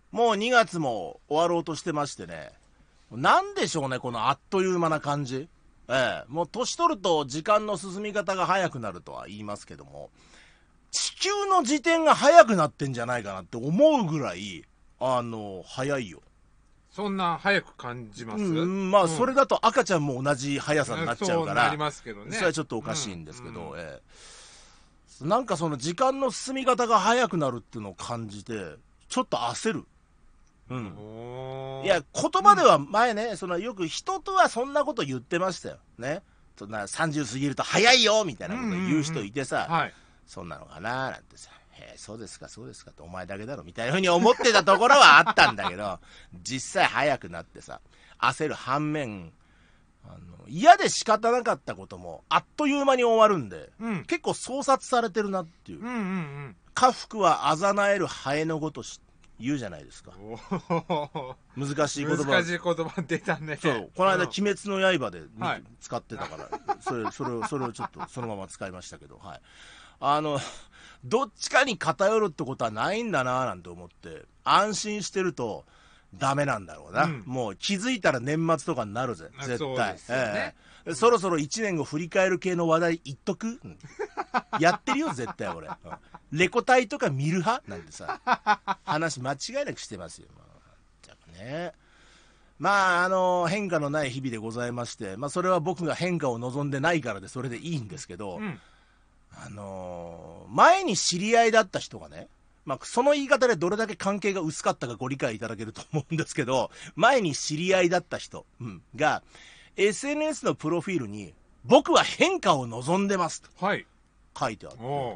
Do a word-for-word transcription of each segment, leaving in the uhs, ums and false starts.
もうにがつも終わろうとしてましてね、なんでしょうね、このあっという間な感じ。ええ、もう年取ると時間の進み方が早くなるとは言いますけども、地球の自転が早くなってんじゃないかなって思うぐらい、あの、早いよ。 そんな早く感じます？ うん、まあ、それだと赤ちゃんも同じ速さになっちゃうから、 そうなりますけどね。 それはちょっとおかしいんですけど、うん、ええ、なんかその時間の進み方が早くなるっていうのを感じて、ちょっと焦る。うん。いや、言葉では前ね、そのよく人とはそんなこと言ってましたよ。ね。そんなさんじゅう過ぎると早いよみたいなこと言う人いてさ、 はい、 そんなのかななんてさ、へえ、そうですか、そうですかって、お前だけだろみたいなふうに思ってたところはあったんだけど、実際早くなってさ、焦る反面、あの嫌で仕方なかったこともあっという間に終わるんで、うん、結構創殺されてるなっていう。 うんうんうん、 家福はあざなえるハエのごとし言うじゃないですか。難しい言葉。 難しい言葉出たね。 そう。この間、鬼滅の刃で、はい、使ってたから、それ、それを、それをちょっとそのまま使いましたけど、はい。あの、どっちかに偏るってことはないんだなぁなんて思って、安心してるとダメなんだろうな。うん、もう気づいたら年末とかになるぜ、絶対。そうですよね。えー、そろそろいちねんを振り返る系の話題言っとく、うん、やってるよ、絶対俺。うん、レコ大とか見る派なんてさ、話間違いなくしてますよ。まあ、ね、まあ、あの、変化のない日々でございまして、まあ、それは僕が変化を望んでないからでそれでいいんですけど、うん、あのー、前に知り合いだった人がね、まあ、その言い方でどれだけ関係が薄かったかご理解いただけると思うんですけど、前に知り合いだった人、うん、が、エスエヌエス のプロフィールに、僕は変化を望んでますと、はい、書いてあって、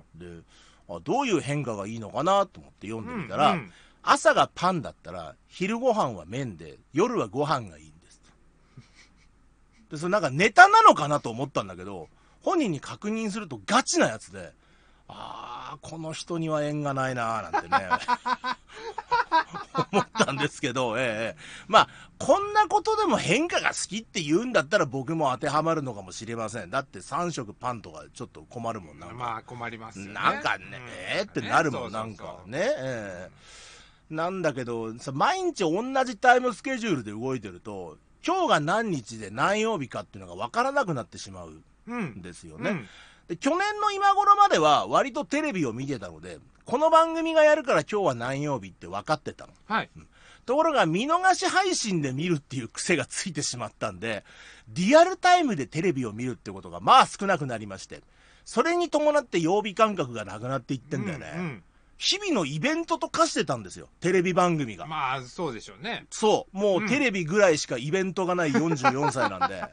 で、あ、どういう変化がいいのかなと思って読んでみたら、うんうん、朝がパンだったら、昼ご飯は麺で、夜はご飯がいいんですと。で、それなんかネタなのかなと思ったんだけど、本人に確認するとガチなやつで、ああ、この人には縁がないなーなんてね、思ったんですけど、ええ、まあ、こんなことでも変化が好きって言うんだったら僕も当てはまるのかもしれません。だってさん食パンとかちょっと困るもんな。 まあ困りますよね。 なんかね、うん、えー、ってなるもん、なんかね。えー、なんだけどさ、毎日同じタイムスケジュールで動いてると、今日が何日で何曜日かっていうのが分からなくなってしまうんですよね。うんうん、で去年の今頃までは割とテレビを見てたので、この番組がやるから今日は何曜日って分かってたの。はい。うん、ところが見逃し配信で見るっていう癖がついてしまったんで、リアルタイムでテレビを見るってことがまあ少なくなりまして、それに伴って曜日感覚がなくなっていってんだよね。うんうん、日々のイベントと化してたんですよ、テレビ番組が。 まあそうでしょうね。 そう、もうテレビぐらいしかイベントがないよんじゅうよんさいなんで。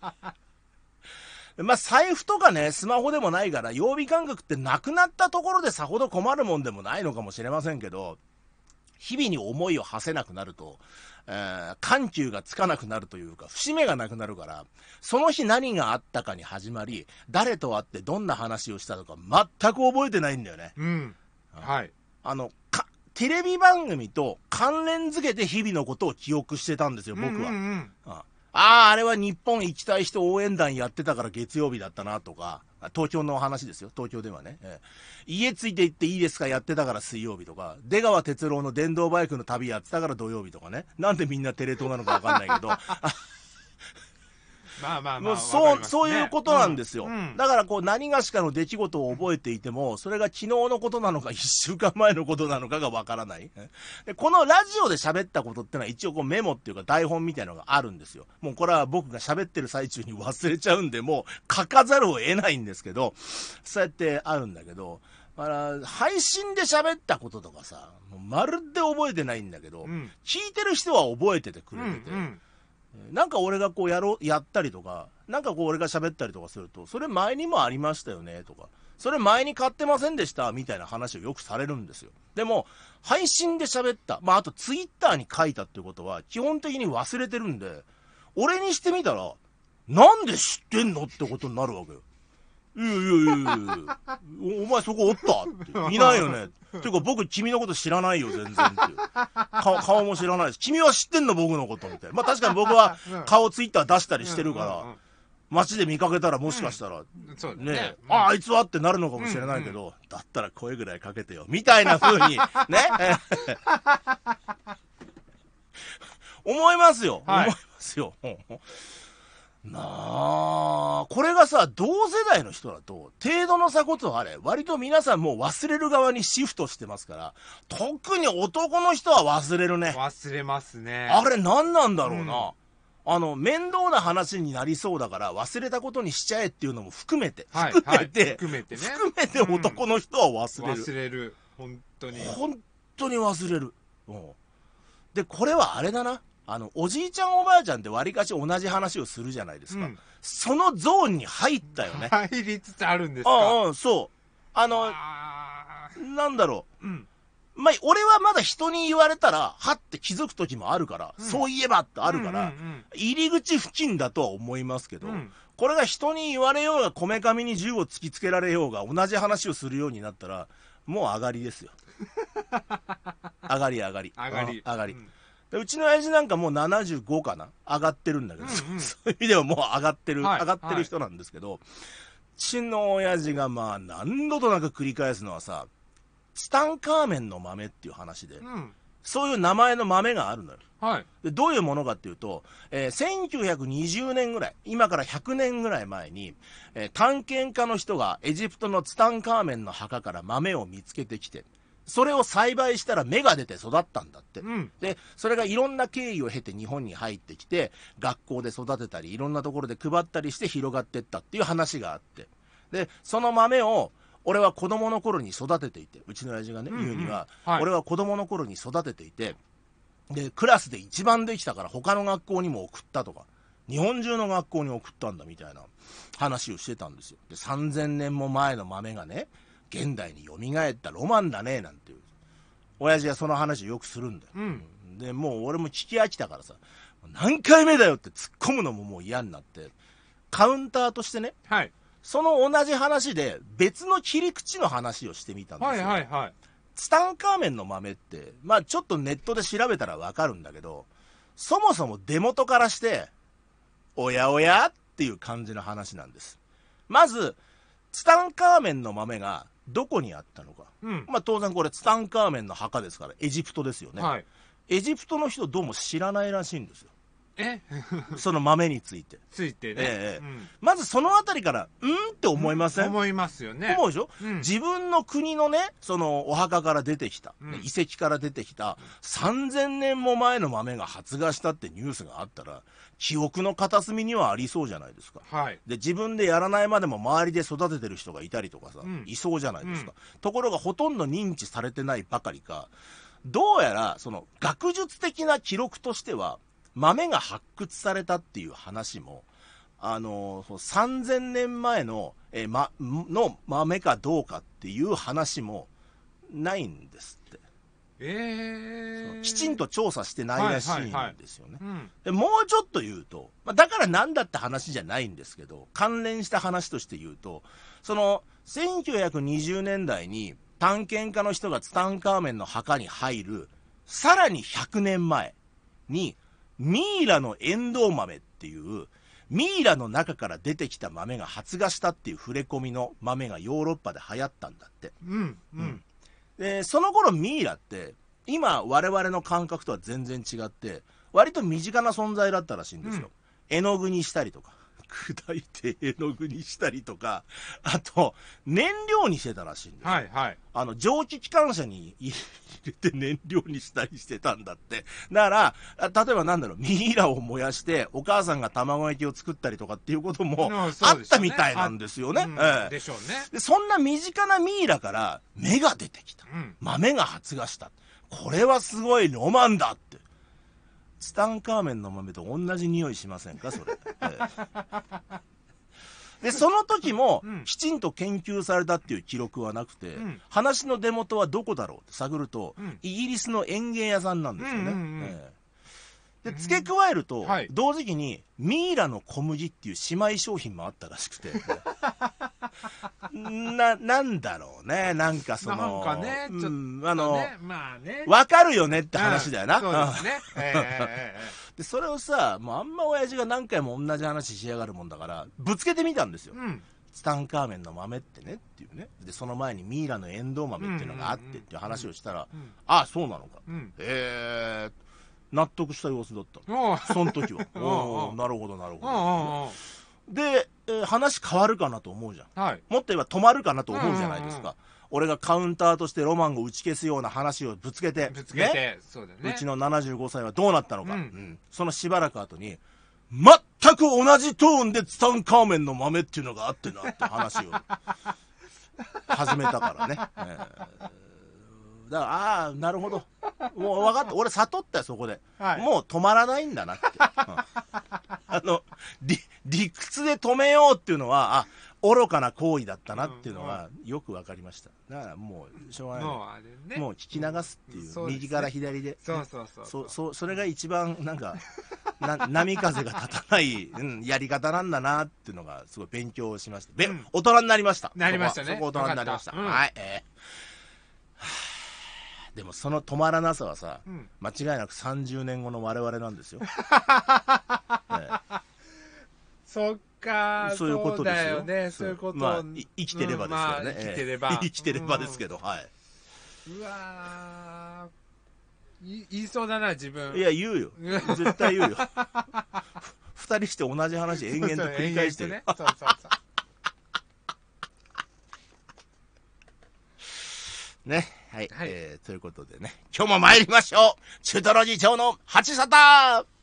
まあ財布とかね、スマホでもないから、曜日感覚ってなくなったところでさほど困るもんでもないのかもしれませんけど、日々に思いを馳せなくなると、えー、緩急がつかなくなるというか、節目がなくなるから、その日何があったかに始まり、誰と会ってどんな話をしたとか全く覚えてないんだよね。うん。はい。あの、か、テレビ番組と関連づけて日々のことを記憶してたんですよ、僕は。うんうんうん、ああ、あれは日本行きたい人応援団やってたから月曜日だったなとか、東京の話ですよ、東京ではね。えー、家ついて行っていいですかやってたから水曜日とか、出川哲朗の電動バイクの旅やってたから土曜日とかね。なんでみんなテレ東なのかわかんないけど。 まあまあまあ、 もうそう、ね、そういうことなんですよ。うんうん、だからこう何がしかの出来事を覚えていても、それが昨日のことなのかいっしゅうかんまえのことなのかがわからない。で、このラジオで喋ったことってのは一応こうメモっていうか台本みたいなのがあるんですよ。もうこれは僕が喋ってる最中に忘れちゃうんで、もう書かざるを得ないんですけど、そうやってあるんだけど、だから配信で喋ったこととかさ、もうまるで覚えてないんだけど、うん、聞いてる人は覚えててくれてて、うんうん、なんか俺がこうやろう、やったりとか、なんかこう俺が喋ったりとかすると、それ前にもありましたよねとか、それ前に買ってませんでしたみたいな話をよくされるんですよ。でも、配信で喋った、まああとツイッターに書いたってことは、基本的に忘れてるんで、俺にしてみたら、なんで知ってんのってことになるわけよ。いやいやいやいやお、お前そこおったって。いないよね。ていうか僕君のこと知らないよ全然っていう。顔、顔も知らないし。君は知ってんの僕のことみたいな。まあ確かに僕は顔ツイッター出したりしてるから、街で見かけたらもしかしたら、ね、あ、あいつはってなるのかもしれないけど、だったら声ぐらいかけてよ。みたいな風に、ね。 思いますよ。 はい思いますよ。なあ、これがさ、同世代の人だと、程度の差ことあれ、割と皆さんもう忘れる側にシフトしてますから、特に男の人は忘れるね。 忘れますね。 あれ何なんだろうな。 うんあの、面倒な話になりそうだから忘れたことにしちゃえっていうのも含めて、 はい含めて、 はい含めてね含めて男の人は忘れる。 忘れる。本当に。 本当に忘れる。うん。で、これはあれだな。あの、おじいちゃんおばあちゃんって割かし同じ話をするじゃないですか。 うんそのゾーンに入ったよね。 入りつつあるんですか。 うんうん、そう。あの、 あなんだろう。 ーうん。 まあ、俺はまだ人に言われたら、はって気づく時もあるから、 うんそういえばってあるから、 うんうん入り口付近だとは思いますけど、 うんこれが人に言われようが、こめかみに銃を突きつけられようが、同じ話をするようになったら、もう上がりですよ。上がり上がり。 上がり。 うん上がり。 うんでうちの親父なんかもうななじゅうごかな上がってるんだけど、 うんうんそういう意味ではもう上がってる、 はい上がってる人なんですけど、うちの親父がまあ何度となく繰り返すのはさ、ツタンカーメンの豆っていう話で、 うん。 そういう名前の豆があるのよ。 はい。 でどういうものかっていうと、えーせんきゅうひゃくにじゅうねんぐらい、今からひゃくねんぐらい前に、えー探検家の人がエジプトのツタンカーメンの墓から豆を見つけてきて、それを栽培したら芽が出て育ったんだって。 うん。 で、それがいろんな経緯を経て日本に入ってきて、学校で育てたり、いろんなところで配ったりして広がっていったっていう話があって。で、その豆を、俺は子供の頃に育てていて、うちの親父がね、 うんうん言うには、 はい俺は子供の頃に育てていて、で、クラスで一番できたから他の学校にも送ったとか、日本中の学校に送ったんだみたいな話をしてたんですよ。で、さんぜんねんも前の豆がね、現代に蘇ったロマンだね、なんていう。親父はその話をよくするんだよ。 うん。 で、もう俺も聞き飽きたからさ、何回目だよって突っ込むのももう嫌になって、カウンターとしてね、 はい。 その同じ話で別の切り口の話をしてみたんですよ。 はいはいはい。 ツタンカーメンの豆って、まあちょっとネットで調べたらわかるんだけど、そもそも出元からして、おやおやっていう感じの話なんです。まず、ツタンカーメンの豆がどこにあったのか。 うん。 まあ当然これツタンカーメンの墓ですから、エジプトですよね。 はい。 エジプトの人どうも知らないらしいんですよ。 えその豆について。 ついてね。 ええうんまずそのあたりから、んって思いません、 思いますよね。 思うでしょ、 うん自分の国のね、そのお墓から出てきた、 うん遺跡から出てきたさんぜんねんも前の豆が発芽したってニュースがあったら、記憶の片隅にはありそうじゃないですか。 はい。 で、自分でやらないまでも周りで育ててる人がいたりとかさ、 うんいそうじゃないですか。ところがほとんど認知されてないばかりか、どうやらその学術的な記録としては、豆が発掘されたっていう話も、あのー、さんぜんねんまえの、えーま、の豆かどうかっていう話もないんですって。 ええきちんと調査してないらしいんですよね。 うん。 でもうちょっと言うと、まあ、だからなんだって話じゃないんですけど、関連した話として言うと、そのせんきゅうひゃくにじゅうねんだいに探検家の人がツタンカーメンの墓に入る、さらにひゃくねんまえに、ミイラのエンドウ豆っていう、ミイラの中から出てきた豆が発芽したっていう触れ込みの豆がヨーロッパで流行ったんだって。 うん。ううんん。で、その頃ミイラって、今我々の感覚とは全然違って、割と身近な存在だったらしいんですよ。絵の具にしたりとか、砕いて絵の具にしたりとか、あと、燃料にしてたらしいんですよ。 はいはい。 あの、蒸気機関車に入れて燃料にしたりしてたんだって。だから、例えばなんだろう、ミイラを燃やして、お母さんが卵焼きを作ったりとかっていうこともうんあっそうですよねたみたいなんですよね。 うんええでしょうね。 でそんな身近なミイラから芽が出てきた。 うん。 豆が発芽した。これはすごいロマンだって。ツタンカーメンの豆と同じ匂いしませんかそれ。ええで、その時もうん、 きちんと研究されたっていう記録はなくて、 うん話の出元はどこだろうって探ると、 うんイギリスの園芸屋さんなんですよね。 うんうんうんええで、付け加えると、 はい同時期に、ミイラの小麦っていう姉妹商品もあったらしくて、な、なんだろうね、なんかその、 なんかねちょっとうん、あの、 ね、まあね。 わかるよねって話だよな。 うんそうですね。えええで、それをさ、もうあんま親父が何回も同じ話しやがるもんだから、ぶつけてみたんですよ。 えうん。 ツタンカーメンの豆ってねっていうね。で、その前にミイラのエンドウ豆っていうのがあってっていう話をしたら、 うん。 ああ、そうなのか。 うん。 え納得した様子だったおうその時は。 うんおうんーなるほどなるうんうほんうんど。で、えー話変わるかなと思うじゃん。 はい。 もっと言えば止まるかなと思うじゃないですうんうんか。俺がカウンターとしてロマンを打ち消すような話をぶつけて、 ぶつけて、 ね、 そうだね。 うちのななじゅうごさいはどうなったのか。 うんうんそのしばらく後に、全く同じトーンでツタンカーメンの豆っていうのがあってなって話を始めたからね。えーだから、ああ、なるほど。もう分かった。俺悟ったよ、そこで。 はいもう止まらないんだなって。うんあの理、理屈で止めようっていうのは、あ、愚かな行為だったなっていうのはよく分かりました。だからもう、しょうがない。 もうあれね。 もう聞き流すっていう。 そうですね右から左で。 そうそうそう。 そそそれが一番なんかな波風が立たない、うん、やり方なんだなっていうのがすごい勉強しました。べ、 うん大人になりました。 なりましたねそこはそこ大人になりました。 よかったうんはい、えーはあでもその止まらなさはさ、 うん間違いなくさんじゅうねんごの我々なんですよ。えーそっかー、 そういうことですよ。 だよね、そういうこと。 まあ、い生きてればですからね。 うんまあ生きてればえー生きてればですけど、はい。 うわーい言いそうだな、自分。 いや、言うよ。絶対言うよ。ふ二人して同じ話延々と繰り返してる。 ね。そうそうそう。 ね。はい。 はいえーということでね、今日も参りましょう中トロ次長の八沙汰